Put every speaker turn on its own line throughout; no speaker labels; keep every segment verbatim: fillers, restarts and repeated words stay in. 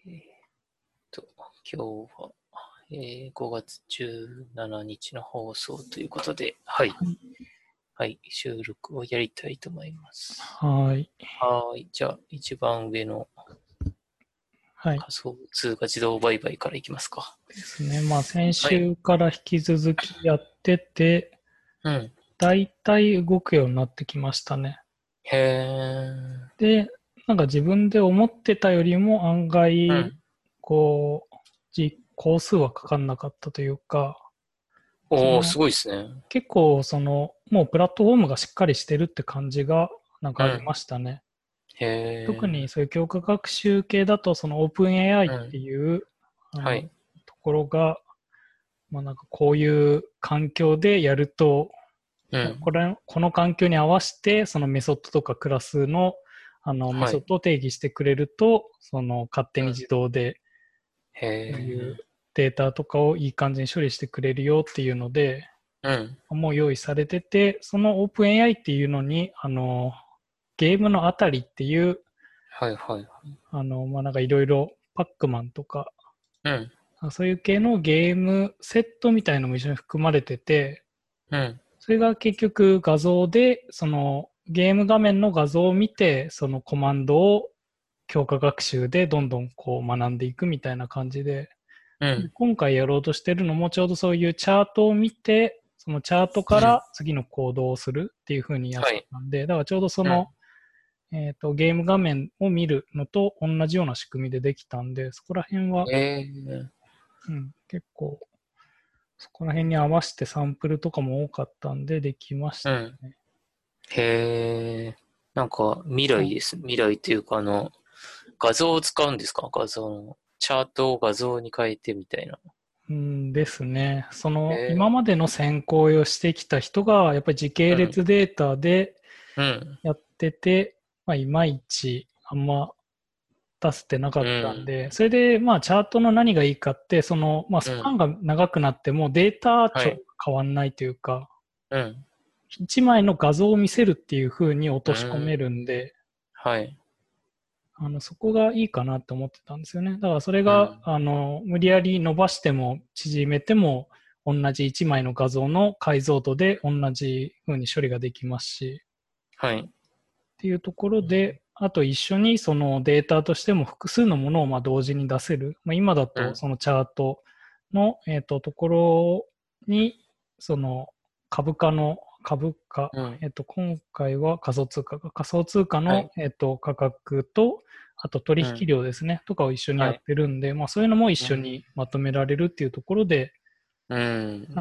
えーっと、今日は、えーごがつじゅうしちにちの放送ということで、はい。はい、収録をやりたいと思います。
はい。
はい。じゃあ、一番上の
はい。
仮想通貨自動売買からいきますか。
ですね。まあ、先
はい。
週から引き続きやってて、
うん。
だいたい動くようになってきましたね。
へー。
で、なんか自分で思ってたよりも案外、
うん。
こう、実行数はかかんなかったというか、そ
おー、
の、
すごいですね。
結構、その、もうプラットフォームがしっかりしてるって感じが、なんかあり
うん。
ましたね。特に
へ
そういう強化学習系だと、その OpenAI
ー。
って
うん。
いう、あの、
はい。
ところが、まあ、なんかこういう環境でやると、
うん。
これ、この環境に合わせて、そのメソッドとかクラスの、あの、メ
はい。
ソッドを定義してくれると、その勝手に
うん。
自動で、そういう
へ
データとかをいい感じに処理してくれるよっていうので、
ー。うん。
もう用意されてて、その OpenAI っていうのに、あの、ゲームのあたりっていう、
はいはい。
あの、まあ、なんかいろいろパックマンとか、
うん。
そういう系のゲームセットみたいのも一緒に含まれてて、
うん。
それが結局画像で、そのゲーム画面の画像を見て、そのコマンドを強化学習でどんどんこう学んでいくみたいな感じで、で
うん。
今回やろうとしてるのもちょうどそういうチャートを見て、そのチャートか
うん。
ら次の行動をするっていう風にやっ
はい。
たんで、だからちょうどその、
うん。
えーと、ゲーム画面を見るのと同じような仕組みでできたんで、そこら辺は、
へー。
うん、結構そこら辺に合わせてサンプルとかも多かったんでできました
うん。
ね。
へえ。なんか未来です。未来っていうかあの、画像を使うんですか？画像の。チャートを画像に変えてみたいな。
うんですね。その今
へえ。
までの選考をしてきた人がやっぱり時系
うん。
列データで
うん。
やってて、まあ、いまいちあんま出せてなか
う
ったん
ん。
で、それでまあチャートの何がいいかって、そのまあ
うん。
スパンが長くなってもデータ
はい。
長が変わんないというか、
うん。
いちまいの画像を見せるっていう風に落
う
とし込めるん
ん。
で、
はい。
あの、そこがいいかなって思ってたんですよね。だからそれが、
うん。
あの、無理やり伸ばしても縮めても同じいちまいの画像の解像度で同じ風に処理ができますし、
はい。
っていうところで、あと一緒にそのデータとしても複数のものをまあ同時に出せる。まあ、今だ
うん。
とそのチャートの、えっと、ところに、その株価の株価、
うん。
えっと、今回は仮想通貨が、仮想通貨の、
はい。
えっと、価格と、あと取引
うん。
量ですね、とかを一緒にやっ
はい。
てるんで、まあそういうのも一緒
うん。
にまとめられるっていうところで、
うん。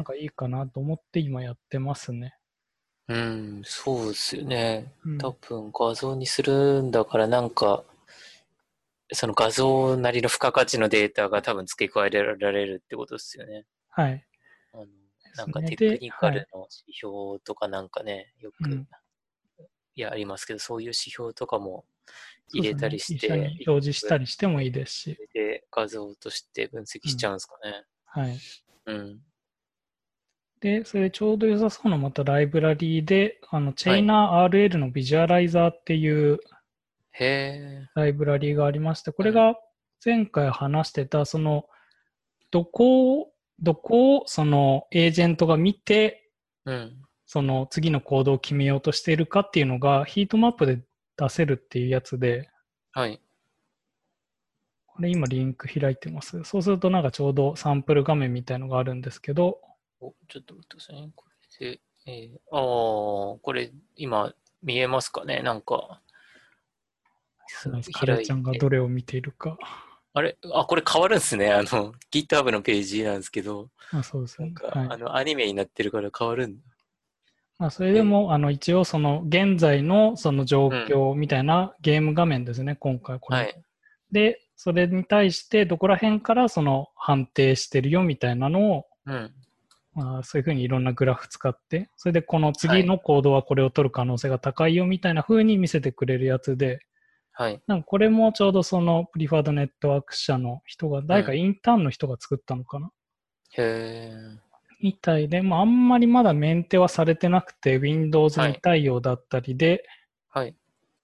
なんかいいかなと思って今やってますね。
うん。そうですよね。
うん。
多分画像にするんだからなんか、その画像なりの付加価値のデータが多分付け加えられるってことですよね。
はい。
あの、
ですね。
なんかテク
で、
ニカ
はい。
ルの指標とかなんかね、よく、
うん。
いや、ありますけど、そういう指標とかも入れたり
そうですね。
して、
一緒に
一
表示したり
部
してもいいですし。
で画像として分析
うん。
しちゃうんですかね。
はい。
うん。
で、それちょうど良さそうなまたライブラリーで、あの、チェ
はい。
イナー アールエル のビジュアライザーっていう
へえ。
ライブラリーがありまして、こ
うん。
れが前回話してた、その、どこを、どこをそのエージェントが見て、
うん。
その次の行動を決めようとしているかっていうのがヒートマップで出せるっていうやつで、
はい。
これ今リンク開いてます。そうするとなんかちょうどサンプル画面みたいのがあるんですけど、
お、ちょっと待ってくださいね。これで、えー、ああ、これ今見えますかね？なんか、す
なんですカレーちゃんが
開いて。
どれを見ているか。
あれあ、これ変わるんですね。あの、GitHub のページなんですけど、
あ、そうですね。
なんか、
はい。
あの、アニメになってるから変わるんだ。
まあ、それで
え
も、あの、一応その現在のその状
ー、うん。
況みたいなゲーム画面ですね、今回これも。
はい。
で、それに対してどこら辺からその判定してるよみたいなのを、
うん。
まあ、そういうふうにいろんなグラフ使って、それでこの
はい。
次の行動はこれを取る可能性が高いよみたいなふうに見せてくれるやつで、
はい。
なんかこれもちょうどそのプリファードネットワーク社の人が、誰か
うん。
インターンの人が作ったのかな
へえ。
みたいで、まあ、あんまりまだメンテはされてなくて、Windows
はい。
に対応だったりで、
はい。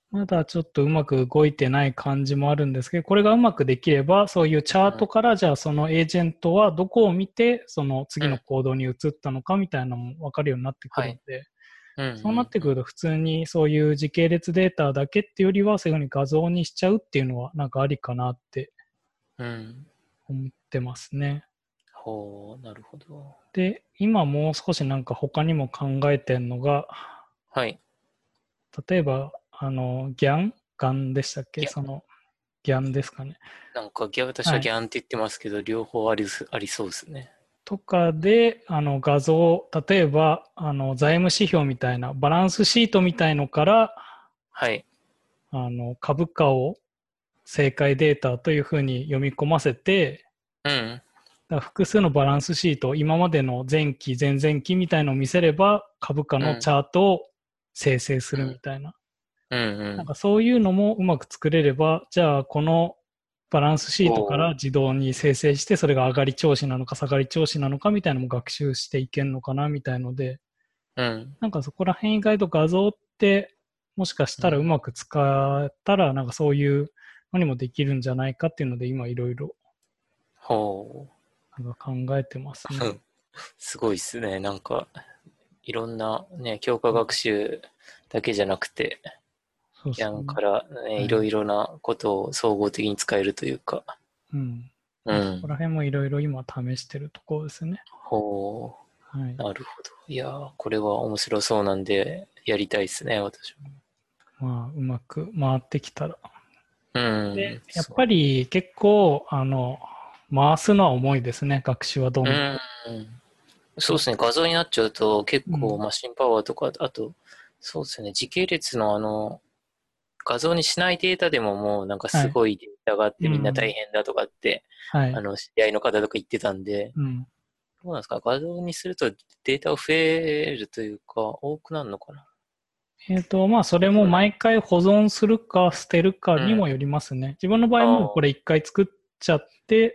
まだちょっとうまく動いてない感じもあるんですけど、これがうまくできれば、そういうチャートからじゃあそのエージェントはどこを見て、その次の
うん。
行動に移ったのかみたいなのも分かるようになってく
はい。
るんで、
うんう
そうなって
んうん。
くると普通にそういう時系列データだけっていうよりは、そういうふうに画像にしちゃうっていうのはなんかありかなって
うん。
思ってますね。
ほう、なるほど。
で、今もう少しなんか他にも考えてんのが、
はい。
例えば、あの、ギャンガンでしたっけ？
ギャ
その、ギャンですかね。
なんかギャ、私
はい。
はギャンって言ってますけど、両方ありす、ありそうですね。
とかで、あの画像、例えば、あの財務指標みたいな、バランスシートみたいのから、
はい。
あの株価を正解データというふうに読み込ませて、
うん。
だから複数のバランスシート、今までの前期、前々期みたいのを見せれば、株価
うん。
のチャートを生成するみたいな。
うん。うん。
なんかそういうのもうまく作れれば、じゃあこのバランスシートか
おー。
ら自動に生成して、それが上がり調子なのか下がり調子なのかみたいなのも学習していけるのかなみたいので、
うん。
なんかそこら辺意外と画像ってもしかしたらう
うん。
まく使ったらなんかそういうのにもできるんじゃないかっていうので今いろいろ
ほ
なんか考えてますね。
う。すごいっすね。なんか、いろんなね、強化学習だけじゃなくて、
そう
ギャン
ですね。
からね、い
はい。
ろいろなことを総合的に使えるというか。
うん。
う
そこら
ん。
辺もいろいろ今試してるところですね。
ほ
はい。
う。なるほど。いやー、これは面白そうなんで、やりたいですね、私も。
まあうまく回ってきたら。
う
で、
ん、
やっぱ
そ
り結構あの回すのは重いですね。学習はど
う。う
んどん。
ん。そうですね、画像になっちゃうと結
うん。
構マシンパワーとか、あと、そうですね、時系列のあの、画像にしないデータでももうなんか
はい。
すごいデータがあってみんな大
うん。
変だとかって、
はい。
あの、知り合いの方とか言ってたんで、
うん。
どうなんですか、画像にするとデータを増えるというか、多くなるのかな。
えっと、まあ、それも
そうでもない。
毎回保存するか捨てるか
うん。
にもよりますね。自分の場合もうこ
あ
れ一回作っちゃって、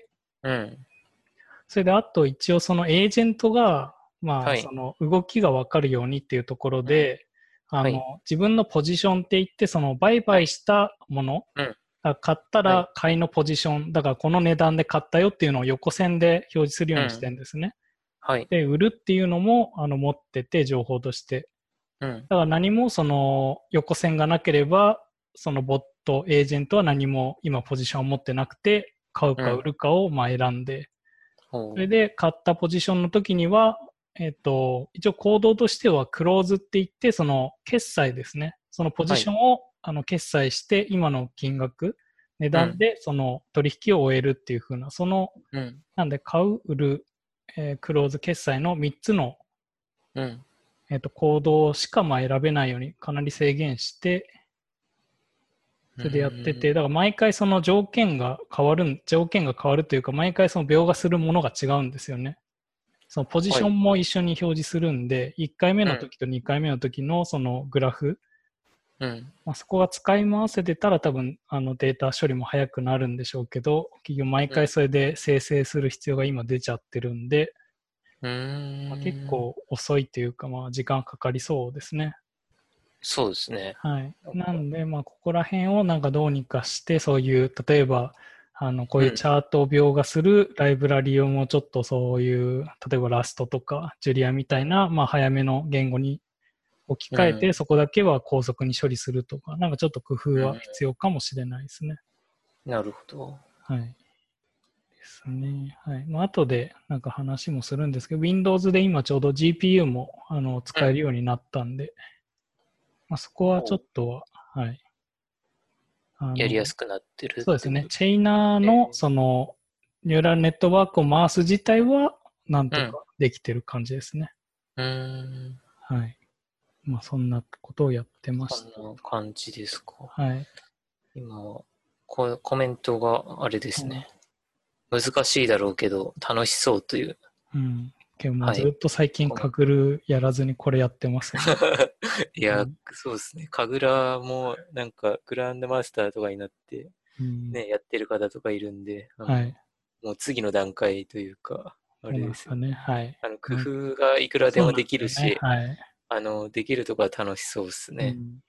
あ、うん。
それであと一応そのエージェントが、まあ、そ
はい。
の動きがわかるようにっていうところ
うん。
で、あの、
はい。
自分のポジションって言って、その売
はい。
買したもの、
うん。
買った
はい。
ら買いのポジション、だからこの値段で買ったよっていうのを横線で表示するようにして
うん。
るんですね。
はい。
で、売るっていうのもあの持ってて、情報として。
うん。
だから何もその横線がなければ、そのボット、エージェントは何も今ポジションを持ってなくて、買うか売
うん。
るかをまあ選んで、それ
ほ
で買ったポジションの時には、えっと、一応行動としてはクローズって言って、その決済ですね。そのポ
う。はい。
ジションをあの決済して、今の金額、値
うん。
段でその取引を終えるっていう風な、その、
うん。
なんで買う、売る、えークローズ決済のみっつの、
うん。
えっと行動しかまあ選べないようにかなり制限して、
う
それでやって
ん。
て、だから毎回その条件が変わる、条件が変わるというか、毎回その描画するものが違うんですよね。そのポジ
はい。
ションも一緒に表示するんで、いっかいめ
うん。
の時とにかいめの時のそのグラフ、
うん。
まあ、そこが使い回せてたら多分あのデータ処理も早くなるんでしょうけど、企業毎
うん。
回それで生成する必要が今出ちゃってるんで、
う
まあ、結
ーん。
構遅いというか、まあ、時間かかりそうですね。
そうですね。
はい。
なんか、
なんで、まあ、ここら辺をなんかどうにかして、そういう、例えば、あの、こういう
うん。
チャートを描画するライブラリをもうちょっとそういう、例えばラストとか、ジュリアみたいな、まあ、早めの言語に置き
うん。
換えて、
うん。
そこだけは高速に処理するとか、なんかちょっと工夫
うん。
は必要かもしれないですね。
なるほど。
はい。ですね。はい。まあ、後でなんか話もするんですけど、Windows で今ちょうど ジーピーユー もあの
うん。
使えるようになったんで、まあ、そこはちょ
ほう。
っとは、はい。あ
やりや
の、
すくなってる
そうですね。
ってこと。
チェイナーの
え
そのニューラルネットワークを回す自体はなん
ー、うん。
とかできてる感じですね。
うーん。
はい。まあそんなことをやってま
そん
した。
な感じですか。
はい。
今、ココメントがあれです
うん。
ね。難しいだろうけど、楽しそうという。
うん。けどもう
はい。
ずっと最近
コメント。
カグルやらずにこれやってますね。
いや、
うん。
そうですね。神楽もなんかグランドマスターとかになって、
うん、
ね、やってる方とかいるんで、あの、
はい。
もう次の段階というか、あ
そう
れですよね。
なんですよね。はい。
あの、工
なん
夫がいくらで
そうなん
もで
ですよね。
きるし、
はい。
あの、できるとこは楽しそうですね。
うん。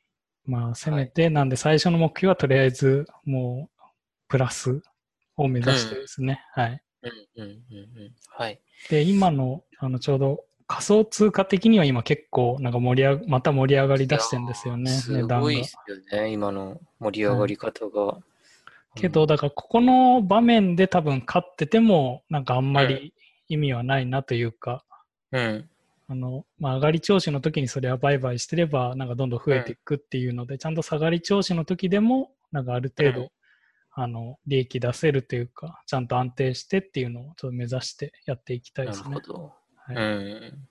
まあ、せ
はい。
めて、なんで最初の目標はとりあえず、もう、プラスを目
うん。
指してですね。はい。
うん、うん、うん、うん。はい。
で、今の、あの、ちょうど仮想通貨的には今結構、なんか盛り上が、また盛り上がり
いやー、
出してんですよね、値
すご
段が。
いっすよね、今の盛り上
はい。
がり方が。う
けど、だ
ん。
からここの場面で多分勝ってても、なんかあん
うん。
まり意味はないなというか、
うん。
あの、まあ、上がり調子の時にそれは売買してれば、なんかどんどん増えてい
うん。
くっていうので、ちゃんと下がり調子の時でも、なんかある程度、あの、利益出せるというか、ちゃんと安定してっていうのをちょっと目指してやっていきたいで
なる
すね。
ほど。う
はい。
ん。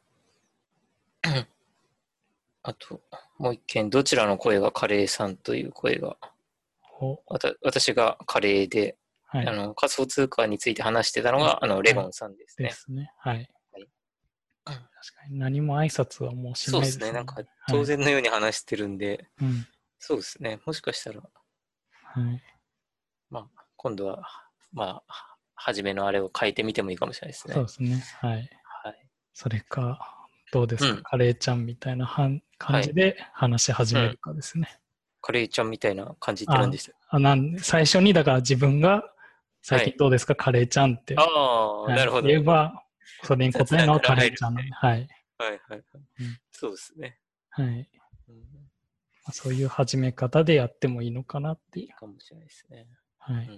あと、もう一件、どちらの声がカレーさんという声が、
お、
わた私がカレーで、
はい。
あの、仮想通貨について話してたの
うん、
が、あの、レ
はい。
ゴンさんですね。
ですね。はい。
はい。
確かに何も挨拶はもうし
そうですね。
ないですもんね。
なんか、
はい。
当然のように話してるんで、
うん。
そうですね。もしかしたら、
はい。
まあ、今度は、まあ、初めのあれを変えてみてもいいかもしれないですね。
そうですね。はい。
はい。
それか、どうですか、
うん。
カレーちゃんみたいなはん感
はい。
じで話し始
うん。
めるかですね。
カレーちゃんみたいな感じって何
あ、
でした？
あなん最初に、だから自分が、最
はい。
近どうですか、カレーちゃんって、
ああ、
はい、
なるほど、なるほど。
言えば、それに答えるのは
雑談から
カレーちゃんなんで、
入るみたい
はい。
な。はいはいはい。
うん、
そうですね。
はい。
うん、
まあ、そういう始め方でやってもいいのかなっていう。
いいかもしれないですね。
はい。
うん。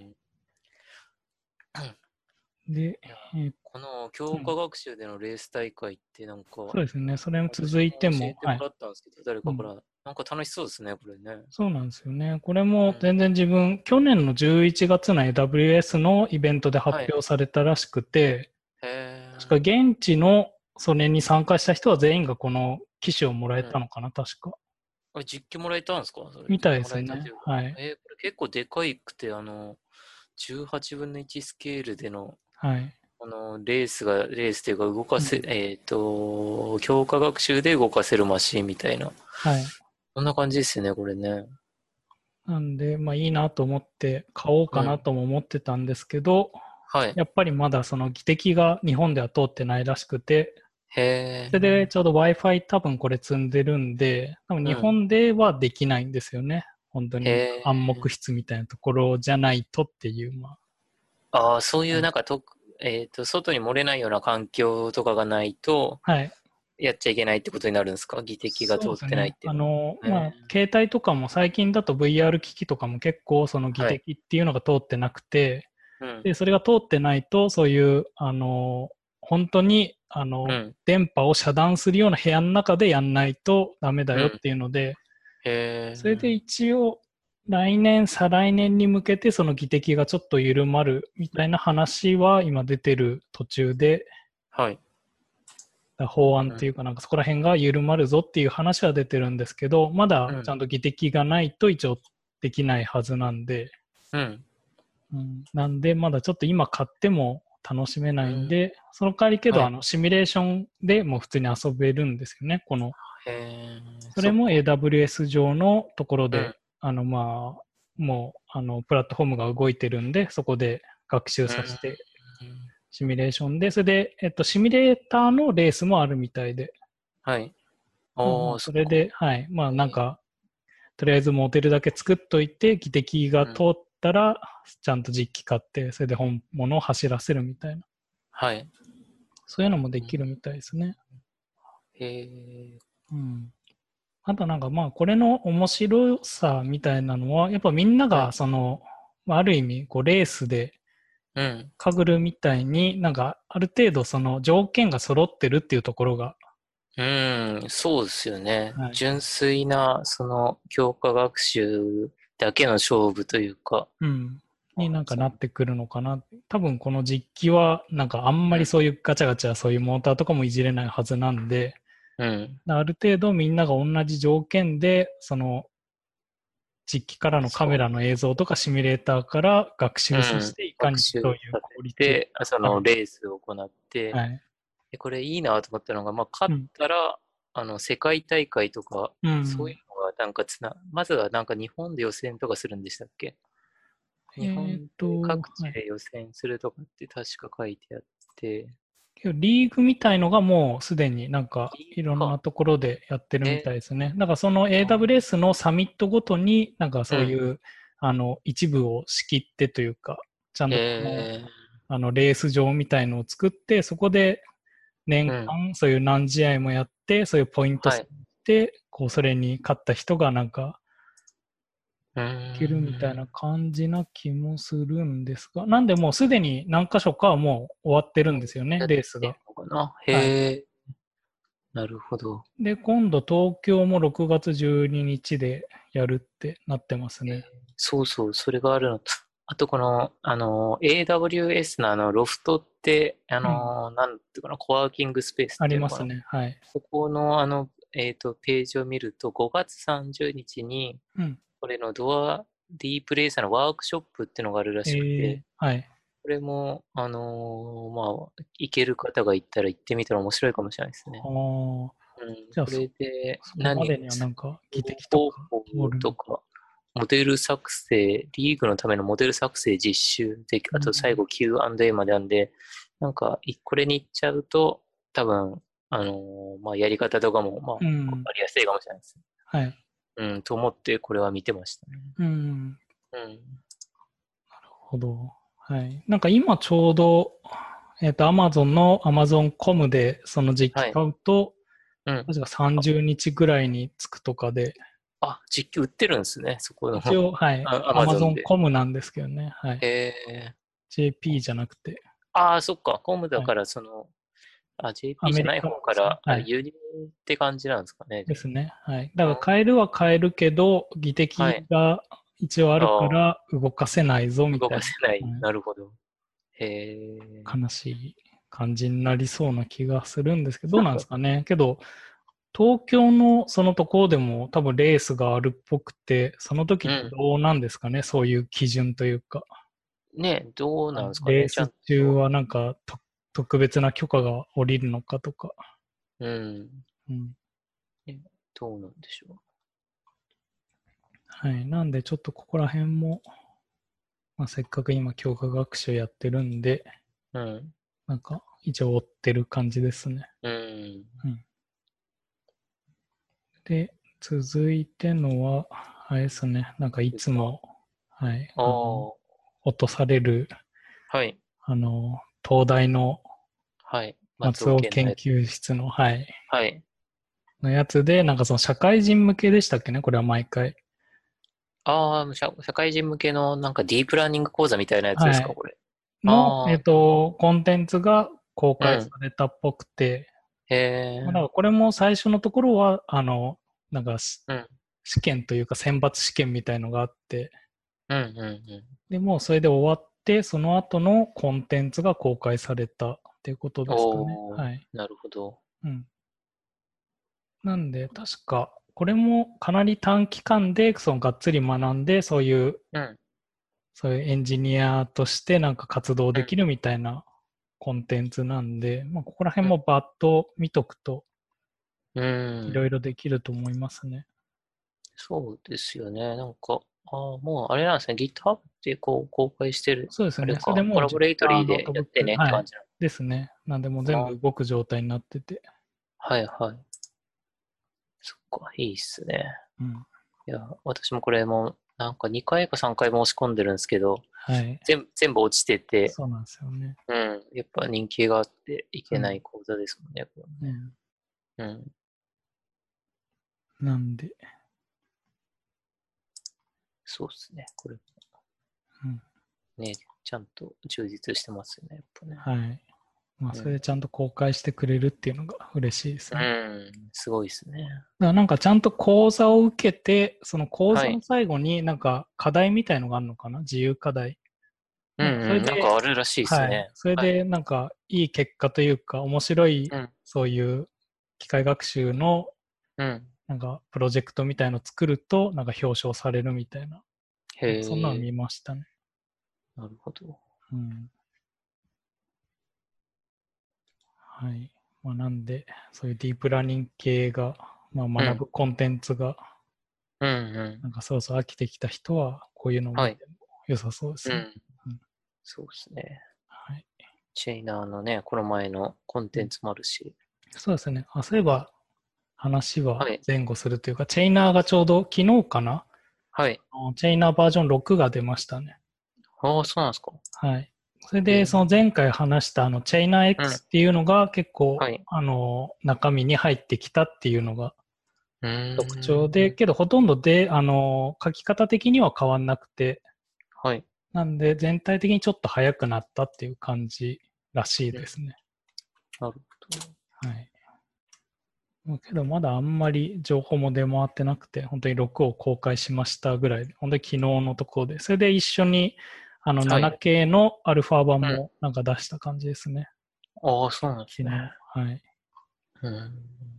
で、
いや、
えー
この強化
うん、
学習でのレース大会ってなんか、
そうですね。それも
私
続いて
も教え
も、はい。
てもらったんですけど、誰
うん、
かから、なんか楽しそうですね、これね。
そうなんですよね。これ
うん。
も全然自分、去年のじゅういちがつの エーダブリューエス のイベントで発
はい。
表されたらしくて、
へ
確か
え。
現地のそれに参加した人は全員がこの機種をもらえ
うん。
たのかな、確か。
あれ、実機もらえたんですか？それ。
みたいで
もらえたって
すね。
いうか。
はい。
えーこれ結構でかいくて、あの、じゅうはちぶんのいちスケールでの、
はい。
あの、レースが、レースというか動かせ、
うん。
えっと、強化学習で動かせるマシンみたいな。
はい。
そんな感じですよね、これね。
なんで、まあいいなと思って買おうかな
うん。
とも思ってたんですけど、
はい。
やっぱりまだその技適が日本では通ってないらしくて、
へえ。
それでちょうど Wi-Fi 多分これ積んでるんで、多分日
うん。
本ではできないんですよね。本当
へ
に暗黙
え。
室みたいなところじゃないとっていう、ま
ああ、そうい
あ。はい。
うなんかと、えっと、外に漏れないような環境とかがないと、
はい。
やっちゃいけないってことになるんですか？技的が通ってないっ
そうですね。
ていうのは。
あの、
へえ。
まあ、携帯とかも最近だと ブイアール 機器とかも結構その技
はい。
適っていうのが通ってなくて、
うん。
で、それが通ってないと、そういう、あの、本当に、あの、
うん。
電波を遮断するような部屋の中でやんないとダメだ
うん。
よっていうので、
へ
それで
え。
一応、来年、再来年に向けてその技適がちょっと緩まるみたいな話は今出てる途中で、
はい。
法案
うん。
っていうかなんかそこら辺が緩まるぞっていう話は出てるんですけど、まだちゃ
うん。
んと技適がないと一応できないはずなんで、
うん。
うん、なんでまだちょっと今買っても楽しめないん
うん。
で、その代わりけどあ
はい。
のシミュレーションでもう普通に遊べるんですよね。この、
へえ。
それも
そっか。
エーダブリューエス 上のところ
うん。
で、あのまあ、もうあのプラットフォームが動いてるんで、そこで学習
うん。
させてシミュレーションで、それで、えっと、シミュレーターのレースもあるみたいで、
はい。
まあまあ、
ああ、そっか。
それで、はい。まあ、なん
え
か、とりあえずモデルだけ作っといて、技適
ーうん。
が通ったら、ちゃんと実機買って、それで本物を走らせるみたいな。
はい。
そういうのもで
うん。
きるみたいですね。
へえ。
うん。あとなんかまあ、これの面白さみたいなのは、やっぱみんなが、
はい。
その、まあある意味、こう、レースで、
うん。
カグルみたいになんか、ある程度その条件が揃ってるっていうところが、
うん、そうですよね。
はい。
純粋な、その、強化学習だけの勝負というか、
うん。になんか
あそ
なってくるのかな。多分この実機は、なんかあんまりそういうガチャガチャそういうモーターとかもいじれないはずなんで、
うん。うん。
ある程度みんなが同じ条件で、その実機からのカメ
そ
ラの映像とかシミュレーターから学
う。う
習させ
ん。
て、いかに
学習
どういう
させ
効率
て、そ
ある。
のレースを行って、
はい。
で、これいいなと思ったのが、まあ、勝っ
うん。
たら、あの、世界大会とか、
うん。
そういうのがなんかつな、まずはなんか日本で予選とかするんでしたっけ？日
えーっ
本で
と、
各
はい。
地で予選するとかって確か書いてあって、
けどリーグみたいのがもうすでになんかいろんな
か。
ところでやってるみたい
え
ですね。だからその エーダブリューエス のサミットごとになんかそういう、うん、あの一部を仕切ってというか、ちゃんとこの、
えー、
あのレース場みたいのを作って、そこで年間そういう何試合もやって、そういうポイント
はい。
で、こうそれに勝った人がなんか、
うー
いけるみたい
ん。
な感じな気もするんですが、なんでもうすでに何箇所かはもう終わってるんですよね、
やってん
レースが。
のかな。
はい。
へえ、なるほど。
で、今度東京もろくがつじゅうににちでやるってなってます
えー
ね。
そうそう、それがあるのと。あと、この、あの、エーダブリューエス のあの、ロフトって、あ
うん。
の、なんていうかな、コワーキングスペース
あ
っていうのかな。
りますね。はい。
そこの、あの、えっと、ページを見ると、ごがつさんじゅうにちに、
うん。
これのドア、ディープレイサーのワークショップっていうのがあるら
え
しくて、
ー、はい。
これも、あのーまあ、行ける方が行ったら行ってみたら面白いかもしれないですね。
はあ。
うん、
じゃあそ、
これで
そこま
何、
でにはなんか技的と
方
かお
法
るのか。
とか、モデル作成、リーグのためのモデル作成実習で、
うん。
あと最後 キューアンドエー まであんで、なんか、いこれに行っちゃうと、多分、あのーまあ、やり方とかも、まあ、わ
うん。
かりやすいかもしれないですね。
はい。
うん、と思ってこれは見てましたね。
うん。なる
うん。
ほど。はい。なんか今ちょうど、えっと、Amazon の Amazon コムでその実機
はい。
買うと、
うん。
確かさんじゅうにちぐらいに着くとかで、
あ、実機売ってるんですね。そこの、
一応、はい。
あ、アマゾン
Amazon
で。
コムなんですけどね。はい。
えー、
ジェーピー じゃなくて、
ああ、そっか。コムだ
はい。
から、その、あ、
ア
ジェーピー じ
メリ
ゃない
カなんですね。
方から、あ
はい。
れ、輸入って感じなんですかね。でも
ですね。はい。だから
あ
買えるは買えるけど、技
はい。
的が一応あるか
ああ、
ら動かせないぞみ
動か
たい
せない。
な、はい、
なるほど。へえ。
悲しい感じになりそうな気がするんですけど、どうなんですかね。けど、東京のそのところでも多分レースがあるっぽくて、その時って
うん。
どうなんですかね。そういう基準というか。
ね、どう
はい、
なんですかね。ちゃ
レース
んと。
中はなんかと特別な許可が下りるのかとか。
うん。
うん、
ねどうなんでしょ
はい。なんでちょっとここら辺も、まあ、せっかく今強化学習やってるんで、
う。うん。
なんか一応追ってる感じですね。
うん。
うん、で、続いてのは、あれですね。なんかい
ですか。
つも、はい、
あ
あの、
あ、
落とされる、
はい。
あの、東大の
はい。松
松尾研
尾健のやつ。
究室の、はい、
はい。
のやつで、なんかその社会人向けでしたっけね、これは毎回。
ああ、社、社会人向けのなんかディープラーニング講座みたいなやつですか、
はい。
これ。
の、えっ
あ
と、コンテンツが公
あ、う
開さ
ん。
れたっぽくて、
へ
まあ、だから
え、
これも最初のところは、あの、なんかし
うん。
試験というか選抜試験みたいのがあって、
うん、うん、う
でもうそれで終わって、その後のコンテンツが公開されたっていうこと
ん。
ですかね。
おー、
はい。
なるほど。
うん。なんで、確か、これもかなり短期間で、そのがっつり学んで、そういう、
うん、
そういうエンジニアとしてなんか活動
うん、
できるみたいなコンテンツなんで、まあ、ここら辺
うん。
もバッと見とくと
う
いろい
ん、
ろできると思いますね。
そうですよね。なんか、ああ、もうあれなんですね。GitHub でこう公開してる。
そうですね。それで
あれか。コ
もう自分
ラボレイト
が
リーで
ノートブック、
やってねって
はい。
感じな
ですね。なんでもう全
のか
部動く状態になってて。
な。はいはい。そっか、いいっすね。
うん。
いや、私もこれも、なんかにかいかさんかい申し込んでるんですけど、
はい。
全部、全部落ちてて、
そうなんですよね。
うん。やっぱ人気があっていけな
うん。
い講座ですもんね、これね。
うん。
うん。
なんで、
そうっすね。これ
うん。
ね、ちゃんと充実してますよね、やっぱね。
はい。まあ、
うん。
それでちゃんと公開してくれるっていうのが嬉しいですね。
うん。すごいですね。
だからなんかちゃんと講座を受けて、その講
はい。
座の最後になんか課題みたいのがあるのかな、自由課題。なんかそ
うんうん。なんか
れで、
あるらしいです
はい。
ね。
それ
はい。
でなんかいい結果というか、面白い、
うん。
そういう機械学習の
うん。
なんかプロジェクトみたいのを作ると、なんか表彰されるみたいな。
へ
なんかそんなの
え、
見ましたね。
なるほど。
うん。はい。まあ、なんで、そういうディープラーニング系が、まあ、
うん。
学ぶコンテンツが、
うんうん。
なんかそろそろ飽きてきた人は、こういうのを
はい。
見ても良さそうですね。
うん。
うん、
そうですね。
はい。
チェイナーのね、この前のコンテンツもあるし。
そうですね。あ、そういえば話は
はい。
前後するというか、チェイナーがちょうど昨日かな
はい。
あのチェイナーバージョンろくが出ましたね。
ああ、そうなんですか。
はい。それ
え
で、その
ー、
前回話したあのチェイナー
うん。
X っていうのが結構、
はい。
あの、中身に入ってきたっていうのが
う
特徴
ー
で、
ん。
けどほとんどで、あの、書き方的には変わんなくて、
はい。
なんで全体的にちょっと早くなったっていう感じらしい
うん、
ですね。
なるほど。
はい。けどまだあんまり情報も出回ってなくて、本当にろくを公開しましたぐらいで、本当に昨日のところで、それで一緒にあの
はい。
ななケー のアルファ版
うん。
もなんか出した感じですね。
ああ、そうなんですね。
昨日。はい。
うん。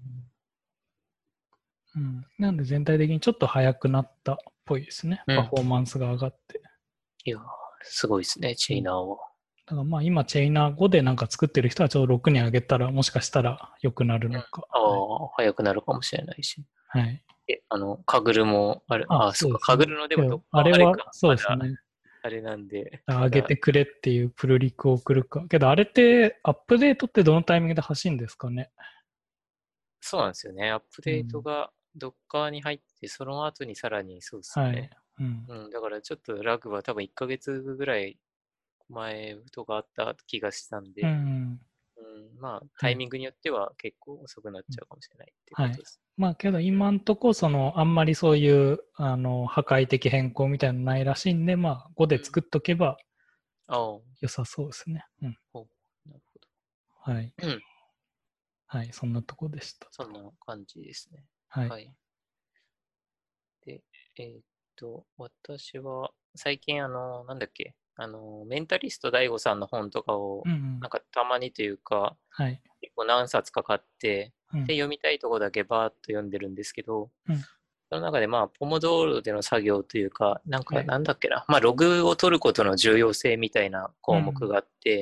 うん。なんで全体的にちょっと速くなったっぽいですね。
うん。
パフォーマンスが上がって。
いやー、すごいですね、チェイ
うん。
ナーは。
だからまあ今、チェイナーごでなんか作ってる人はちょうどろくに上げたら、もしかしたら良くなる
うん。
のか。はい。
ああ、早くなるかもしれないし。
はい。
え、あの、カグルも、あれ、
あ、
あ、そっか、
そうですね。
カグルので
けど、
もどっか
あれは
はあれか、まだ、
そうですね。
あれなんで、ま
上げ
だ、
てくれっていうプルリクを送るか。けど、あれってアップデートってどのタイミングで走るんですかね。
そうなんですよね。アップデート
うん。
がどっかに入って、その後にさらにそうですよ
はい。
ね。
うん。
うん、だからちょっとラグは多分いっかげつぐらい前とかあった気がしたん
う
で、
ん。
うん、まあ
はい。
タイミングによっては結構遅くなっちゃうかもしれないっていう
はい。
ことです。
まあけど
うん。
今んとこそのあんまりそういうあの破壊的変更みたいなのないらしいんで、まあごで
うん。
作っとけば
ああ、
良さそうですね。うん。
ほう、なるほ
はい。
ど。うん。
はい。そんなとこでした。
そんな感じですね。
はい。
はい。で、えーっと、私は最近あの、なんだっけ、あの、メンタリスト ダイゴ さんの本とかを、
うんうん。
なんかたまにというか、
はい。
結構何冊か買って、
うん。
で、読みたいとこだけバーッと読んでるんですけど、
うん。
その中でまあ、ポモドーロでの作業というか、なんか
はい。
なんだっけな、まあ、ログを取ることの重要性みたいな項目
うん。
があって、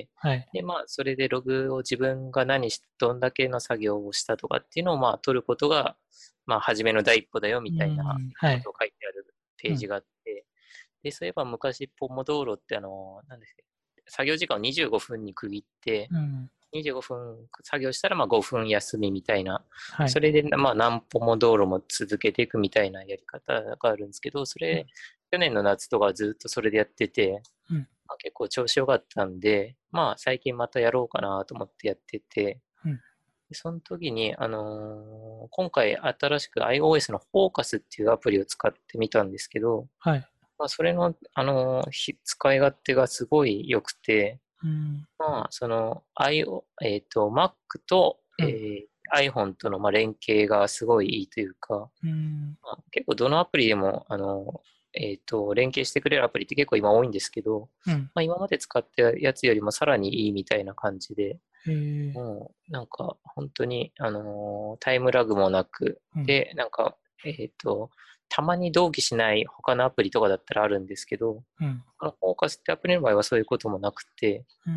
はい。
で、まあ、それでログを自分が何し、どんだけの作業をしたとかっていうのをまあ、取ることが、まあ、初めの第一歩だよみ
う
たいな
ん。はい。
ことを書いてあるペ
うん。
ージがあって、で、そういえば昔、ポモドーロってあの、なんですか、作業時間をにじゅうごふんに区切って、
うん。
にじゅうごふん作業したらまあごふん休みみたいな、
はい。
それでまあ何歩も道路も続けていくみたいなやり方があるんですけど、それ、去年の夏とかずっとそれでやってて、
うん。
まあ、結構調子良かったんで、まあ最近またやろうかなと思ってやってて、
うん。
でその時に、あのー今回新しく iOS の Focus っていうアプリを使ってみたんですけど、
はい。
まあ、それの、あのーひ使い勝手がすごい良くて、
うん。
まあ、その、I O、えっと、Mac と、
うん。
えー iPhone とのまあ連携がすごいいいというか、
うん。
まあ、結構どのアプリでも、あの、えっと、連携してくれるアプリって結構今多いんですけど、
うん。
まあ、今まで使ってるやつよりもさらにいいみたいな感じで、
えー。
もう、なんか、本当に、あのータイムラグもなく、
うん。
で、なんか、えっと、たまに同期しない他のアプリとかだったらあるんですけど、
うん。
このフォーカスってアプリの場合はそういうこともなくて、
うん。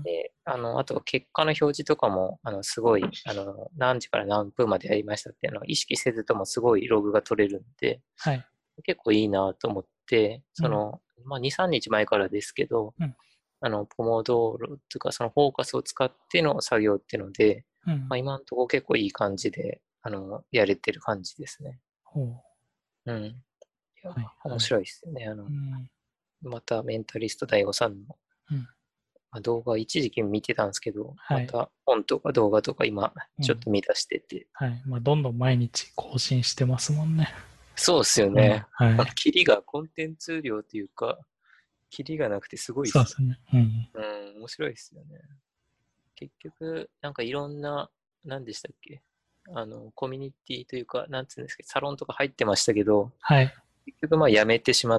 で、あの、あと結果の表示とかも、あの、すごい、あの、何時から何分までやりましたっていうのを意識せずともすごいログが取れるんで、
はい。
結構いいなと思って、
うん。
その、まあ、に、さんにちまえからですけど、
うん。
あの、ポモドーロっていうか、そのフォーカスを使っての作業っていうので、
うん。
まあ、今のところ結構いい感じで、あの、やれてる感じですね。
ほう。
うん。いや、
はい。
面
はい。
白いですよね。あの、
うん。
またメンタリスト ダイゴ さんの
うん。
まあ動画一時期見てたんですけど、
はい。
また本とか動画とか今
うん。
ちょっと見出してて。
はい。まあ、どんどん毎日更新してますもんね。
そうっすよ
うん。
ね。
はい。
キリがコンテンツ量というか、キリがなくてすごいっすよ。
そうですね。うん。
うん、面白いっすよね。結局、なんかいろんな、何でしたっけあの、コミュニティというか、なんつうんですか、サロンとか入ってましたけど、
はい。
結局まあやめてしまって、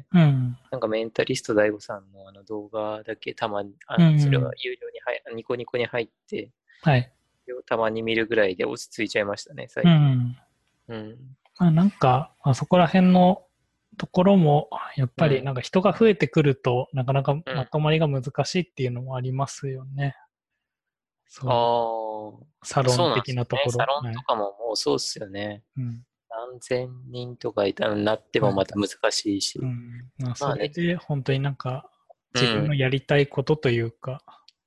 うん。
なんかメンタリスト ダイゴ さんのあの動画だけたまに、あ、
う
それは
ん。
有料に入、ニコニコに入って、
はい。
たまに見るぐらいで落ち着いちゃいましたね、
う
最近。
ん。
うん。
まあ、なんか、あそこら辺のところも、やっ
うん。
ぱりなんか人が増えてくるとなかなか
うん。
まとまりが難しいっていうのもありますよね。そういう
あ
サ
あ、そうなんで
ロン的
すよね。
なところ。
サロン
はい。
とかももうそうっすよね。
うん。
何千人とかいたなって
はい。
もまた難しいうし。
ん。まあ、そ
まあね。
れで本当になんか
うん。
自分のやりたいことというか、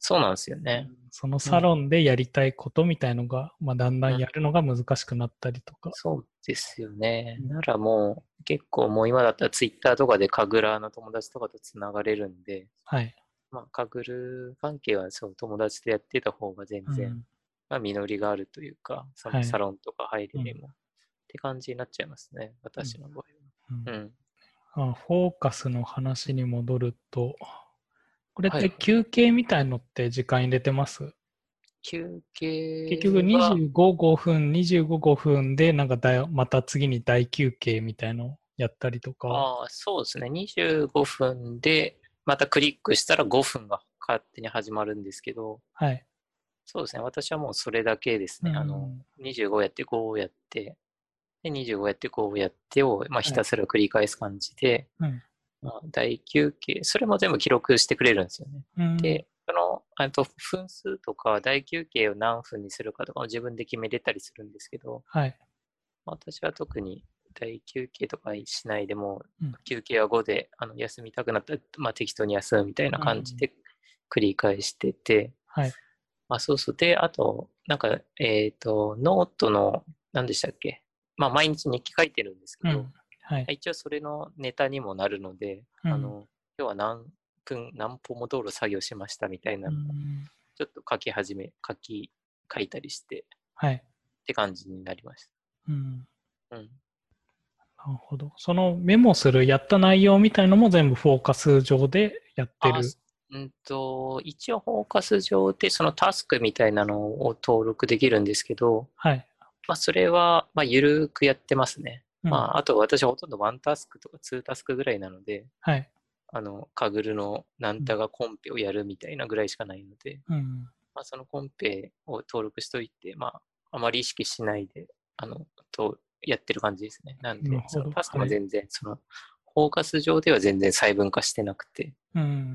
そうなんですよね。
その
うん。
サロンでやりたいことみたいのが、まあ、だんだ
うん。
んやるのが難しくなったりとか。
そうですよね。
うん
ならもう、結構もう今だったらツイッターとかで神楽の友達とかとつながれるんで、
はい。
まあ、神楽関係はそう友達とやってた方が全然、
うん。
まあ、実りがあるというか、その
はい。
サロンとか入る
うん。
にも、って感じになっちゃいますね。
うん。
私の場合は。う
うん。
ん。
あ、フォーカスの話に戻ると、これっ
はい。
て休憩みたいのって時間入れてます？
休
結局
憩は、
にじゅうご、ごふん、にじゅうご、ごふんで、なんかだよ、また次に大休憩みたいのやったりとか。
ああ、そうですね。にじゅうごふんで、またクリックしたらごふんが勝手に始まるんですけど、
はい。
そうですね。私はもうそれだけです
う
ね。あの、
ん。
にじゅうごやってごやって、で、にじゅうごやってごやってを、まあ、ひ
はい。
たすら繰り返す感じで、
うん。
まあ、大休憩、それも全部記録してくれるんですよね。
うん。
で、その、あと分数とか大休憩を何分にするかとかも自分で決めれたりするんですけど、
はい。
私は特に大休憩とかしないでも
うん。
休憩はごであの休みたくなったら、まあ、適当に休むみたいな
うん。
感じで繰り返してて、
はい。
まあ、そうそう。で、あと、なんか、えっと、ノートの、何でしたっけ、まあ、毎日日記書いてるんですけど、
うん。はい。
一応それのネタにもなるので、
うん。
あの、今日は何分、何歩も道路作業しましたみたい
う
なのを、
ん。
ちょっと書き始め、書き、書いたりして、っ
はい。
て感じになりまし
うん。
た。うん。
なるほど。そのメモする、やった内容みたいのも全部フォーカス上でやって
あ、
る。
うんと、一応フォーカス上でそのタスクみたいなのを登録できるんですけど、
はい。
まあ、それは、まあ、ゆるくやってますね。
うん。
まあ、あと私ほとんどワンタスクとかツータスクぐらいなので、
はい。
あの、カグルのナン
うん。
タがコンペをやるみたいなぐらいしかないので、
うん。
まあ、そのコンペを登録しといて、まあ、あまり意識しないで、あの、と、やってる感じですね。なんで、
なるほど。
そのタスク
はい。
も全然、その、フォーカス上では全然細分化してなくて、
うん。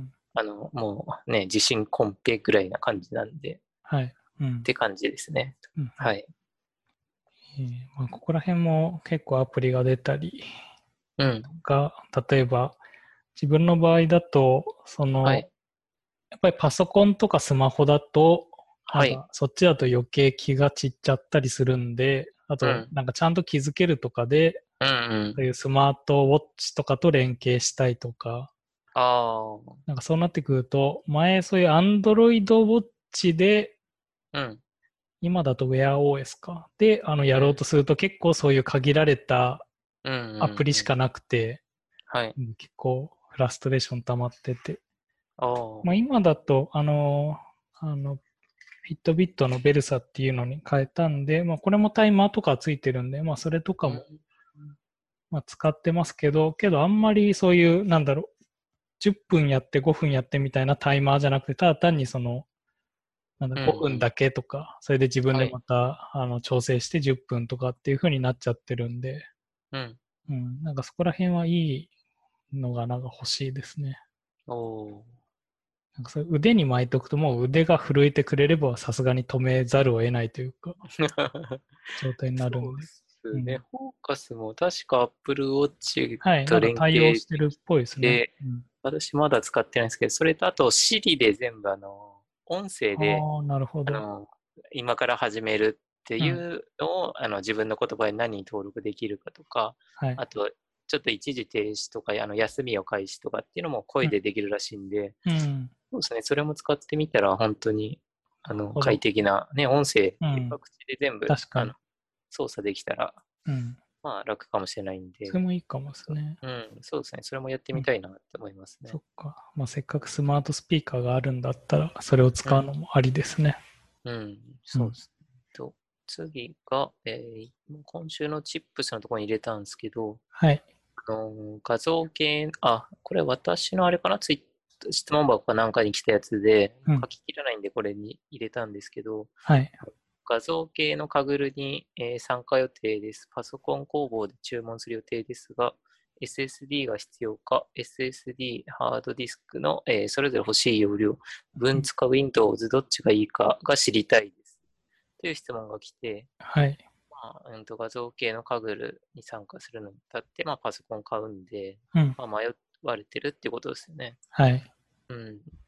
あの、もうね、地震コンペぐらいな感じなんで、っ
はい。うん。
て感じですね。
うん。
はい。
えーまあ、ここら辺も結構アプリが出たり
うん。
が、例えば自分の場合だと、その、
はい。
やっぱりパソコンとかスマホだと、な
はい。
んかそっちだと余計気が散っちゃったりするんで、あと、
うん。
なんかちゃんと気づけるとかで、
うんうん。
そういうスマートウォッチとかと連携したいとか、
ああ。
なんかそうなってくると、前そういう Android ウォッチで、
うん。
今だと WearOS か。で、あの、や
うん。
ろうとすると結構そういう限られた
うんう
アプ
んうん。
リしかなくて、
はい。
うん、結構フラストレーション溜まってて。
ああ。
まあ、今だと、あの、あの、フィットビットのベルサっていうのに変えたんで、まあ、これもタイマーとかついてるんで、まあ、それとかも、
うん。
まあ、使ってますけど、けどあんまりそういう、なんだろう、じゅっぷんやってごふんやってみたいなタイマーじゃなくて、ただ単にその、なんだ、
うんう
ごふん
ん。
だけとか、それで自分
はい。
でまた、あの、調整してじゅっぷんとかっていう風になっちゃってるんで、
うん。
うん、なんかそこら辺はいいのがなんか欲しいですね。
おお。
なんかそれ腕に巻いておくともう腕が震えてくれればさすがに止めざるを得ないというか、状態になるんで。
そうっすね。
うん。
フォーカスも確か Apple Watch
はい、なんか
と連
対応してるっ
携でき
ぽいですね。
て、
うん。
私まだ使ってないんですけど、それとあと Siri で全部あの、音声で、
ああ、なるほど。
あの、今から始めるってい
うん。
うのを、あの、自分の言葉で何に登録できるかとか、
はい。
あと、ちょっと一時停止とか、あの、休みを開始とかっていうのも声
うん。
でできるらしいんで、
うん。
そうですね、それも使ってみたら本当に、あの、快
なるほど。
適な、ね、音声っていう
うん。
か口で全部、あの、
確かに。
操作できたら、
うん。
まあ楽かもしれないん
それ
で、
もいいかもです
そう、
ね。
うん、そうですね、それもやって
うん。
みたいなって思いますね。
そっか。まあ、せっかくスマートスピーカーがあるんだったら、それを
うん、
使うのもありですね。
うん、
うん。
そうですね。と、次が、えー今週のチップスのところに入れたんですけど、
はい。
あの画像系、あ、これ私のあれかな、ツイッター、質問箱かなんかに来たやつで、
うん。
書ききらないんでこれに入れたんですけど、
はい。
画像系のカグルに、えー参加予定です。パソコン工房で注文する予定ですが、エスエスディー が必要か、エスエスディー、ハードディスクの、えーそれぞれ欲しい容量、
うん。
文ツか Windows どっちがいいかが知りたいです。という質問が来て、
はい。
まあ、うんと画像系のカグルに参加するのにあたって、まあ、パソコン買うんで、
うん。
まあ、迷われてるってことですよね。
はい。
うん。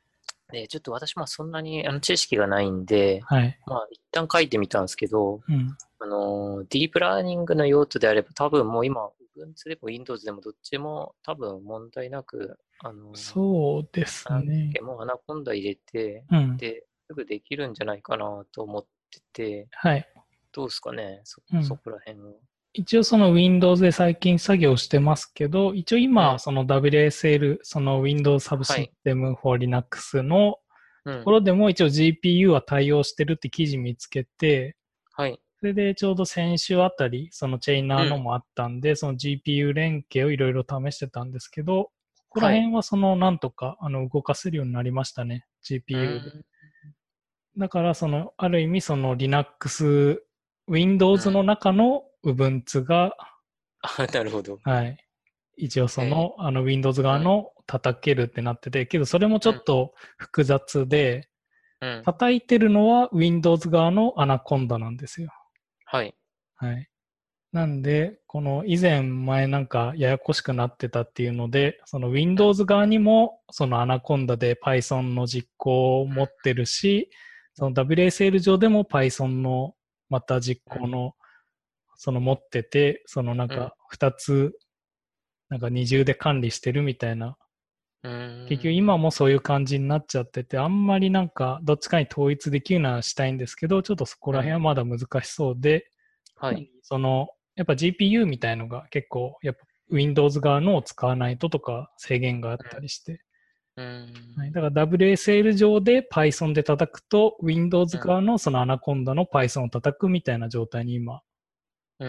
で、ちょっと私もそんなにあの知識がないんで、
はい。
まあ一旦書いてみたんですけど、
うん。
あの、ディープラーニングの用途であれば多分もう今、Ubuntu でも Windows でもどっちも多分問題なく、あの、
そうです
なんだっ
ね。
け、もうアナコンダ入れて、
うん。
で、すぐできるんじゃないかなと思ってて、
はい。
どうですかね、そ、そ
うん。
こら辺は。
一応その Windows で最近作業してますけど、一応今、
うん。
その ダブリューエスエル、その Windows
はい。
Subsystem for Linux の
うん。
ところでも一応 ジーピーユー は対応してるって記事見つけて、
はい。
それでちょうど先週あたり、そのチェイナ
うん。
ーのもあったんで、その ジーピーユー 連携をいろいろ試してたんですけど、ここら
はい。
辺はそのなんとかあの動かせるようになりましたね、
う
ジーピーユー で。
ん。
だからその、ある意味その Linux、
う
Windows の
ん。
中の Ubuntu が、
あ、なるほど。
はい、一応そ
え
のあの Windows
ー、うん。
側の叩けるってなってて、けどそれもち
うん。
ょっと複雑で、
うん。
叩いてるのは Windows 側の Anaconda なんですよ。
はい。
はい。なんで、この以前前なんかややこしくなってたっていうので、その
うん。
Windows 側にもその Anaconda で Python の実行を持ってるし、その ダブリューエスエル 上でも Python のまた実行のその持ってて、そのなん
うん。
かふたつなんか二重で管理してるみたいな、
う
結局
ん。
今もそういう感じになっちゃってて、あんまりなんかどっちかに統一できるのはしたいんですけど、ちょっとそこら辺は
うん。
まだ難しそうで、
はい。
その、やっぱ ジーピーユー みたいのが結構、やっぱ Windows 側のを使わないととか制限があったりして、
う
はい、
ん。
だから ダブリューエスエル 上で Python で叩くと、Windows
うん。
側のその Anaconda の Python を叩くみたいな状態に今
うん。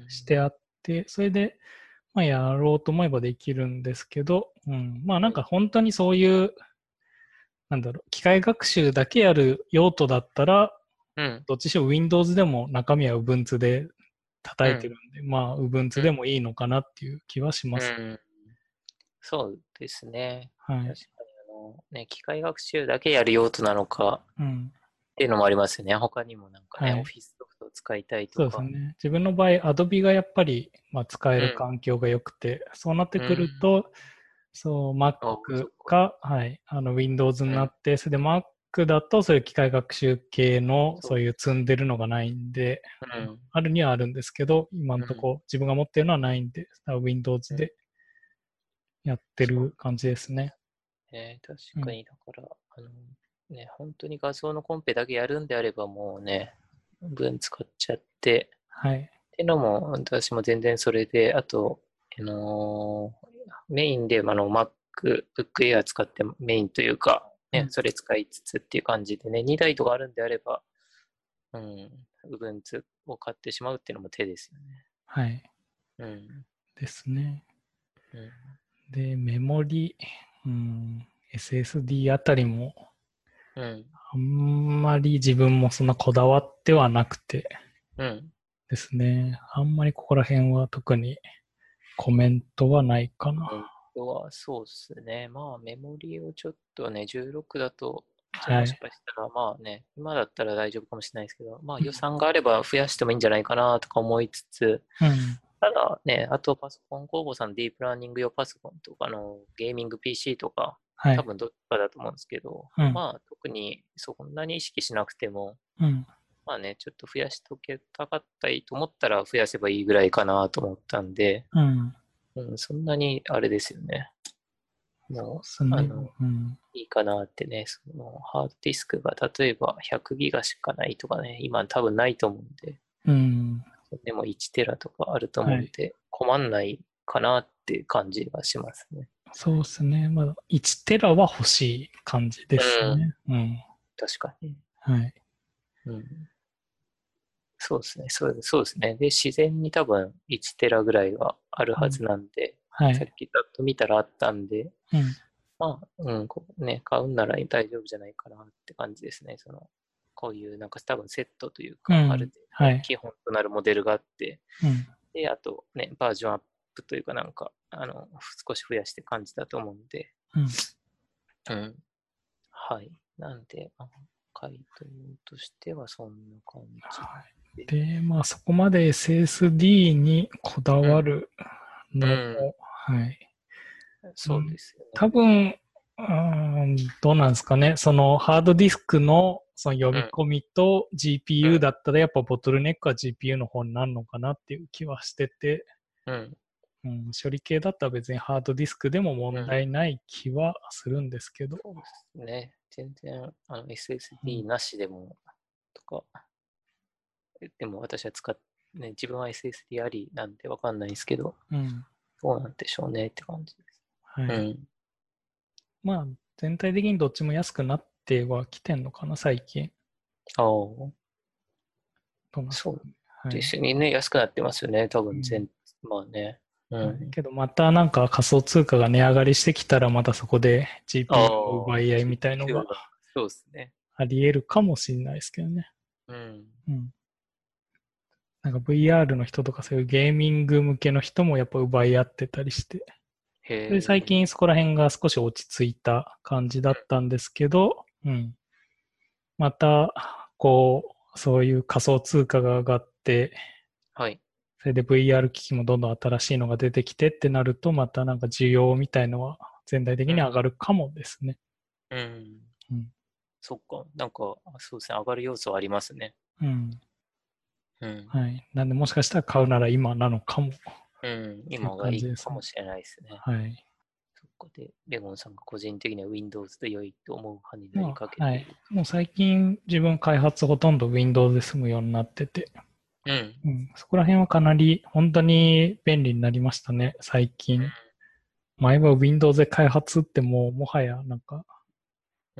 してあって、それで、まあ、やろうと思えばできるんですけど、うん、まあなんか
はい。
本当にそういう、なんだろう、機械学習だけやる用途だったら、
うん。
どっちにしろ Windows でも中身は Ubuntu で叩いてる
うん。
んで、まあ Ubuntu
うん。
でもいいのかなっていう気はします。
うん。そうですね。
はい。
確かに、あの、ね、機械学習だけやる用途なのか
うん。
っていうのもありますよね。他にもなんかね、オ
はい。
フィスソフトを使いたいとか。
そうですね。自分の場合、Adobe がやっぱり、まあ、使える
うん。
環境が良くて、そうなってくる
うん。
と、そう、Mac
あ、そっか。
か、はい、あの Windows に
うん。
なって、それで Mac だとそういう機械学習系の
そう。
そういう積んでるのがないんで、
うん。
あるにはあるんですけど、今の
うん。
とこ自分が持ってるのはないんで、Windows
うん。
でやって
そう
る感じですね。
ね。確
うん。
かに、だから、あの、ね、本当に画像のコンペだけやるんであればもうね、分使っちゃって、
はい。
っていうのも、私も全然それで、あと、あのーメインで、あの、MacBook Air 使ってメインというか、ね、
うん。
それ使いつつっていう感じでね、にだいとかあるんであれば、うん、Ubuntu を買ってしまうっていうのも手ですよね。
はい。
うん。
ですね。
うん。
で、メモリ、うん、エスエスディー あたりも、
うん。
あんまり自分もそんなこだわってはなくて
うん。
ですね。あんまりここら辺は特にコメントはないかな。
えっとは、そうですね。まあ、メモリをちょっとね、じゅうろくだと、じゃあもし
はい。
かしたら、まあね、今だったら大丈夫かもしれないですけど、まあ予算があれば増やしてもいいんじゃないかなとか思いつつ、
うん。
ただね、あとパソコン工房さん、ディープラーニング用パソコンとかのゲーミング ピーシー とか、
はい。
多分どっちかだと思うんですけど、
うん。
まあ特にそんなに意識しなくても、
うん。
まあね、ちょっと増やしとけたかったいと思ったら増やせばいいぐらいかなと思ったんで、
うん。
うん、そんなにあれですよね。
そうで
もう、
すね。
あの、
うん。
いいかなってね、そのハードディスクが例えばひゃくギガしかないとかね、今多分ないと思うんで、
うん。
でもいちテラとかあると
はい。
思うんで、困んないかなって感じがしますね。
そうですね。まだいちテラは欲しい感じで
うん、
すね。うん。
確かに。
はい。
うん、そうですね。そう、そうですね。で、自然に多分いちテラぐらいはある
うん。
はずなんで、
はい。
さっきざっと見たらあったんで、
うん。
まあ、うん、こうね、買うんなら大丈夫じゃないかなって感じですね。その、こういうなんか多分セットというか、あ
うん。
る程度
はい。
基本となるモデルがあって、
うん。
で、あとね、バージョンアップというかなんか、あの、少し増やして感じだと思うんで、
うん。
うん。はい。なんで、まあ、回答としてはそんな感じ
はい。
で。
で、まあそこまで エスエスディー にこだ
うん。
わるのも、
うん。
はい。う
そう
ん。
ですよね。
多分、 うーん、どうなんですかね。そのハードディスクのその読
うん、
み込みと ジーピーユー
うん、
だったらやっぱボトルネックは ジーピーユー の方になるのかなっていう気はしてて、
うん、
うん、処理系だったら別にハードディスクでも
うん。
問題ない気はするんですけど。
そうですね。全然、あの、
う
エスエスディー
ん、
なしでも、とか、でも私は使っ、ね、自分は エスエスディー ありなんでわかんないですけど、
うん、
どうなんでしょうねって感じです。
はい。
うん。
まあ全体的にどっちも安くなってはきてんのかな、最近。
ああ、
どうなんですか
そう
ね。はい。
ですね。ね、安くなってますよね。多
うん、
分全、まあね。う
はい。
ん。
けどまたなんか仮想通貨が値上がりしてきたらまたそこで
あ
ジーピーユー の奪
あ、
い合いみたいのが
ジーピーユー が、そうですね。
あり得るかもしれないですけどね。
うん。
うん。なんか ブイアール の人とかそういうゲーミング向けの人もやっぱ奪い合ってたりして、
へ
で最
え。
近そこら辺が少し落ち着いた感じだったんですけど、うん。また、こう、そういう仮想通貨が上がって、
はい。
それで ブイアール 機器もどんどん新しいのが出てきてってなると、またなんか需要みたいのは全体的に上がるかもですね。
うん。うん。
うん。
そっか。なんか、そうですね。上がる要素はありますね。
うん。
うん。
はい。なんでもしかしたら買うなら今なのかもっ
うん。
ていう
今がいい
感じですね。
かもしれないですね。
はい。
そっか。で、レゴンさんが個人的には Windows で良いと思う派になり
まあ、
かけ
はい。
ている。
もう最近自分開発ほとんど Windows で済むようになってて、
うん。
うん、そこら辺はかなり本当に便利になりましたね、最近。前は Windows で開発ってもうもはやなんか、
うん。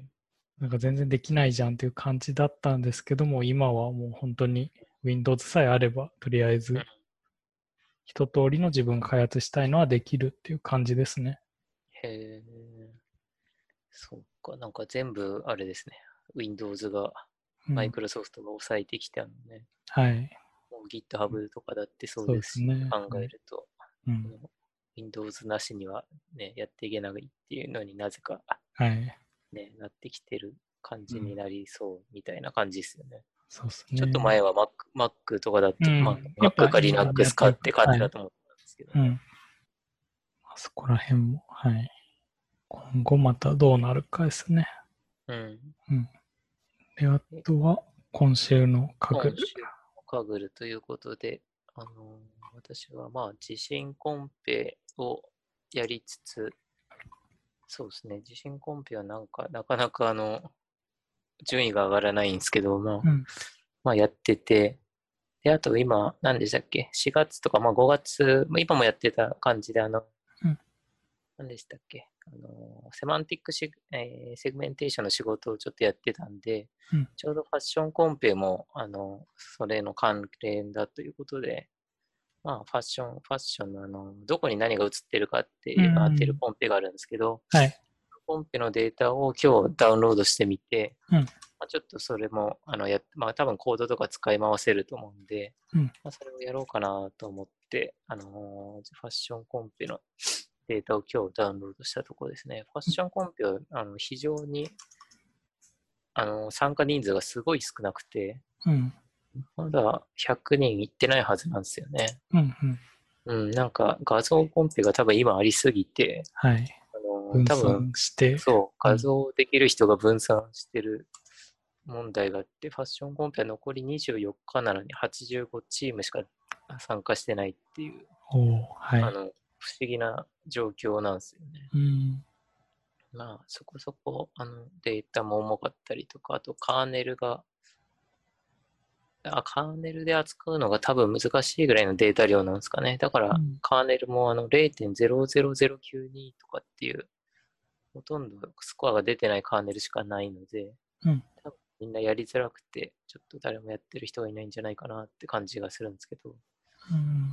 なんか全然できないじゃんっていう感じだったんですけども、今はもう本当に Windows さえあれば、とりあえず
うん。
一通りの自分が開発したいのはできるっていう感じですね。
へえ。そっか。なんか全部あれですね。Windows が、
うん。
Microsoft が抑えてきたのね。
はい。
もう GitHub とかだってそう
そうで
ですし、
すね。
考
はい。
えると、
うん。
この Windows なしにはね、やっていけないっていうのになぜか
はい。
ね、なってきてる感
うん。
じになりそうみたいな感じですよね。
そうです
ちょっと
ね。
前は Mac, Mac とかだと、ま
うん。
あ
やっ
Mac か
ぱ今や
Linux
ってるか
かって感
ら。はい。
じだと思ったんですけどね。
うん。そこら辺も、はい。今後またどうなるかですね。
うん。
うん。で、あ
で
とは、今週のカグル。
今週のカグルということで、あの私はまあ地震コンペをやりつつ、そうですね、地震コンペはなんか、なかなかあの、順位が上がらないんですけど、まあ、
うん。
まあやってて、で、あと今、何でしたっけ？ し 月とか、まあごがつ、まあ、今もやってた感じで、あの、
うん。
何でしたっけ？あの、セマンティックシ、えーセグメンテーションの仕事をちょっとやってたんで、
うん。
ちょうどファッションコンペも、あの、それの関連だということで、まあ、ファッション、ファッションのあの、どこに何が映ってるかって
う
いうのを当てる
ん。
コンペがあるんですけど、
はい。
コンペのデータを今日ダウンロードしてみて、
うん。
まあ、ちょっとそれも、あの、や、まあ、多分コードとか使い回せると思うんで、
うん。
まあ、それをやろうかなと思って、あのーファッションコンペのデータを今日ダウンロードしたところですね。ファッションコンペは、あの、非常に、あのー参加人数がすごい少なくて、
うん。
まだひゃくにんいってないはずなんですよね。
うん。うん。
うん、なんか画像コンペが多分今ありすぎて、
はい。
あのー
分
多分、
散して、
そう、画
うん。
像できる人が分散してる問題があって、ファッションコンペは残りにじゅうよっかなのにはちじゅうごチームしか参加してないっていう、
おー、はい。
あの、不思議な状況なんですよね。
うん。
まあ、そこそこ、あの、データも重かったりとか、あとカーネルが、あ、カーネルで扱うのが多分難しいぐらいのデータ量なんですかね。だから、
うん。
カーネルもあのれいてんゼロゼロゼロきゅうにとかっていう、ほとんどスコアが出てないカーネルしかないので、
うん。
多分みんなやりづらくて、ちょっと誰もやってる人がいないんじゃないかなって感じがするんですけど、
うん。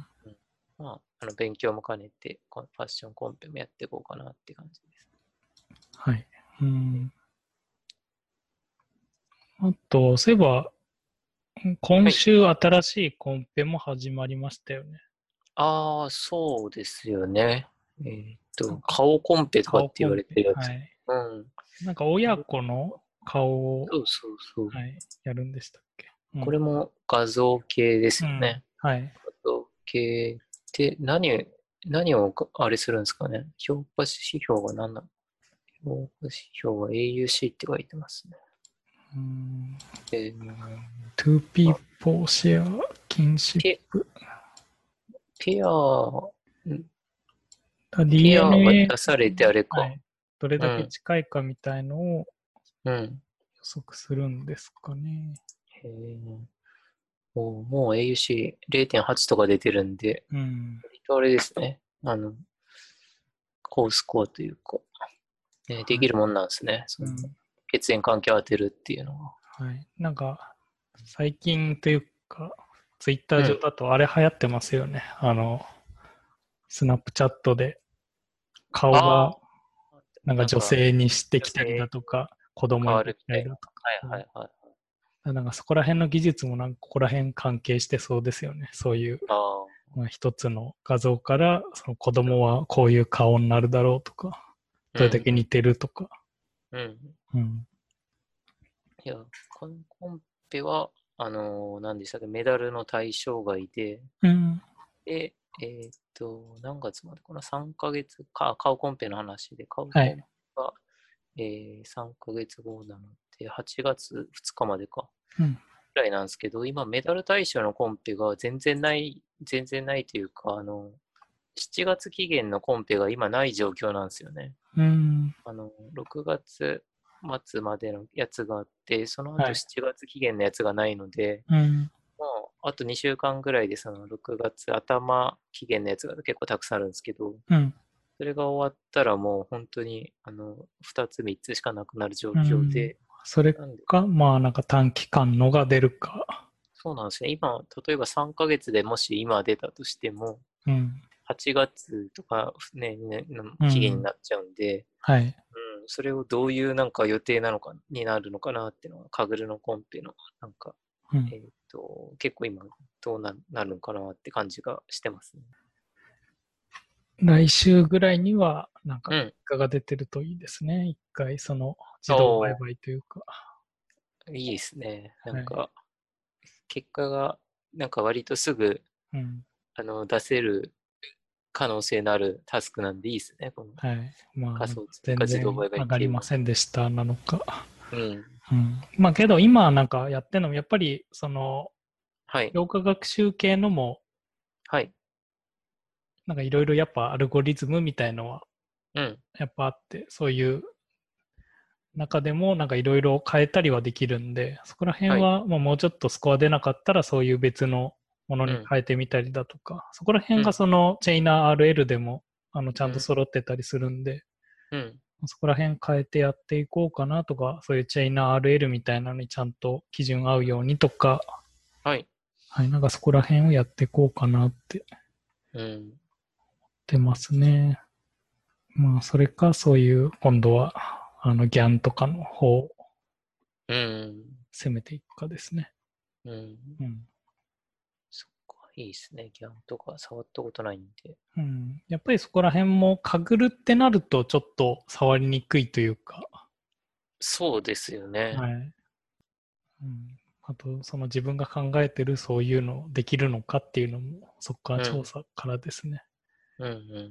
うん、まあ、あの勉強も兼ねて、ファッションコンペもやっていこうかなって感じです。
はい。う
で
ん。あと、そういえば、今
はい。
週新しいコンペも始まりましたよね。
ああ、そうですよね。えーっと、
なんか、
顔コンペとかって言わ
顔コンペ。
れてるやつ。
はい。
うん。
なんか、親子の顔を、
そうそうそう。
はい、やるんでしたっけ。うん。
これも画像系で
うん。
すよね。
はい。
画像系って何、何をあれするんですかね。評価指標が何なの？ 目標は エーユーシー って書いてますね。
うん。
えー、
two people share kinship。
ペア、ペアは
ディーエヌエー
出されてあれか。
はい、どれだけ
うん。
近いかみたいのを
うん。
予測するんですかね。
へーもう、もう エーユーシーれいてんはち とか出てるんで、
うん。
割とあれですね。あの、高スコアというか、ね、できるもんなんですね。その
うん。
血縁関係を当てるっていうのは。
はい。なんか、最近というか、ツイッター上
うん。
だとあれ流行ってますよね。あの、スナップチャットで顔が
ああ、
なんか女
なんか、
性にして
女
きたりだ
性
とか、子供
変
にでき
わるみたいな。
たりだとか。
はいはいはい。
なんかそこら辺の技術もなんかここら辺関係してそうですよね。そういう、
ああ、
まあ、一つの画像からその子供はこういう顔になるだろうとか、どれだけ似てるとか。
うん。
うん。
いや、このコンペは、あのー、何でしたっけ、メダルの対象外で、
うん。
で、えーっと、何月までかな、さんかげつか、カウコンペの話で、カウ
はい。
コンペが、えー、さんかげつごなので、はちがつふつかまでか、
うん。
ぐらいなんですけど、今、メダル対象のコンペが全然ない、全然ないというか、あの、しちがつ期限のコンペが今ない状況なんですよね。
うん。
あの、ろくがつ末までのやつがあって、その後
はい。
しちがつ期限のやつがないので、
うん。
もうあとにしゅうかんぐらいでそのろくがつ頭期限のやつが結構たくさんあるんですけど、
うん。
それが終わったらもう本当にあのふたつみっつしかなくなる状
うん。
況で、
それ
なんで、
か、まあなんか短期間のが出るか。
そうなんですね。今、例えばさんかげつでもし今出たとしても、
うん。
はちがつとか、ね、ねの期限に
うん。
なっちゃうんで、
はい。
うん、それをどういうなんか予定なのか、になるのかなっていうのは、カグルのコンペの、なんか、
うん。
えっ、と、結構今、どうな、なるのかなって感じがしてますね。
来週ぐらいには、なんか、
うん。
結果が出てるといいですね。一回、その、自動売
お
買というか。
ー、いいですね。な
はい。
んか、結果が、なんか割とすぐ、
うん。
あの、出せる可能性のあるタスクなんでいいですね。この
はい。まあ、
仮想通貨
全
自動売買
然上がり
っていうのは。
ませんでしたなのか。
うん。
うん。まあ、けど今なんかやってるのも、やっぱり、その、
はい。
評価学習系のも、
はい。
なんかいろいろやっぱアルゴリズムみたいのは、
うん。
やっぱあって、そういう中でもなんかいろいろ変えたりはできるんで、そこら辺
はい。
はまあもうちょっとスコア出なかったらそういう別のもの
うん。
に変えてみたりだとか、そこら辺が
うん。
そのチェイナー アールエル でもあのちゃんと
うん。
揃ってたりするんで、
うん。
そこら辺変えてやっていこうかなとか、そういうチェイナー アールエル みたいなのにちゃんと基準合うようにとか、
はい。
はい、なんかそこら辺をやっていこうかなって
うん。
言ってますね。まあ、それか、そういう、今度は、あの、ギャンとかの方を
うん。
攻めていくかですね。
うん。
うん。
そっか。いいですね。ギャンとか触ったことないんで。
うん。やっぱりそこら辺も、かぐるってなると、ちょっと触りにくいというか、
そうですよね。
はい。うん。あと、その自分が考えてるそういうのできるのかっていうのも、そこから
うん。
調査からですね。
うん。うん。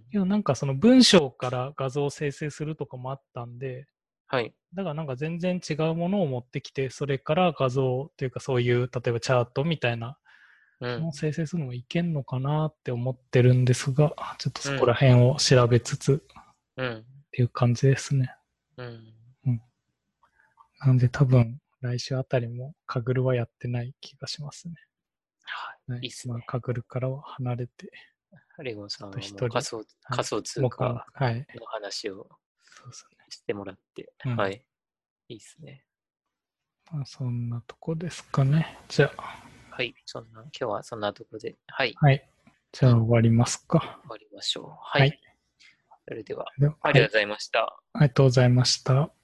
いや、なんかその文章から画像を生成するとかもあったんで、
はい。
だからなんか全然違うものを持ってきて、それから画像というかそういう、例えばチャートみたいな
うん。
のを生成するのもいけんのかなって思ってるんですが、ちょっとそこら
うん。
辺を調べつつっ
うん。
ていう感じですね。
うん。
うん。なんで多分来週あたりもカグルはやってない気がしますね。
はい。い
はい。まあ
いっすね。
カグルからは離れて、
レゴン
ちょっ
さんはもう
と一人、
仮想、
はい。
仮想通
僕も、
貨
はい。
の話を
そうです
してもらって。
ね。うん。
はい。いいっすね。
まあそんなとこですかね。じゃあ、
はい。そんな、今日はそんなとこで、はい。
はい。じゃあ終わりますか。
終わりましょう。はい。
はい。
それでは、
でははい。
ありがとうございました。
ありがとうございました。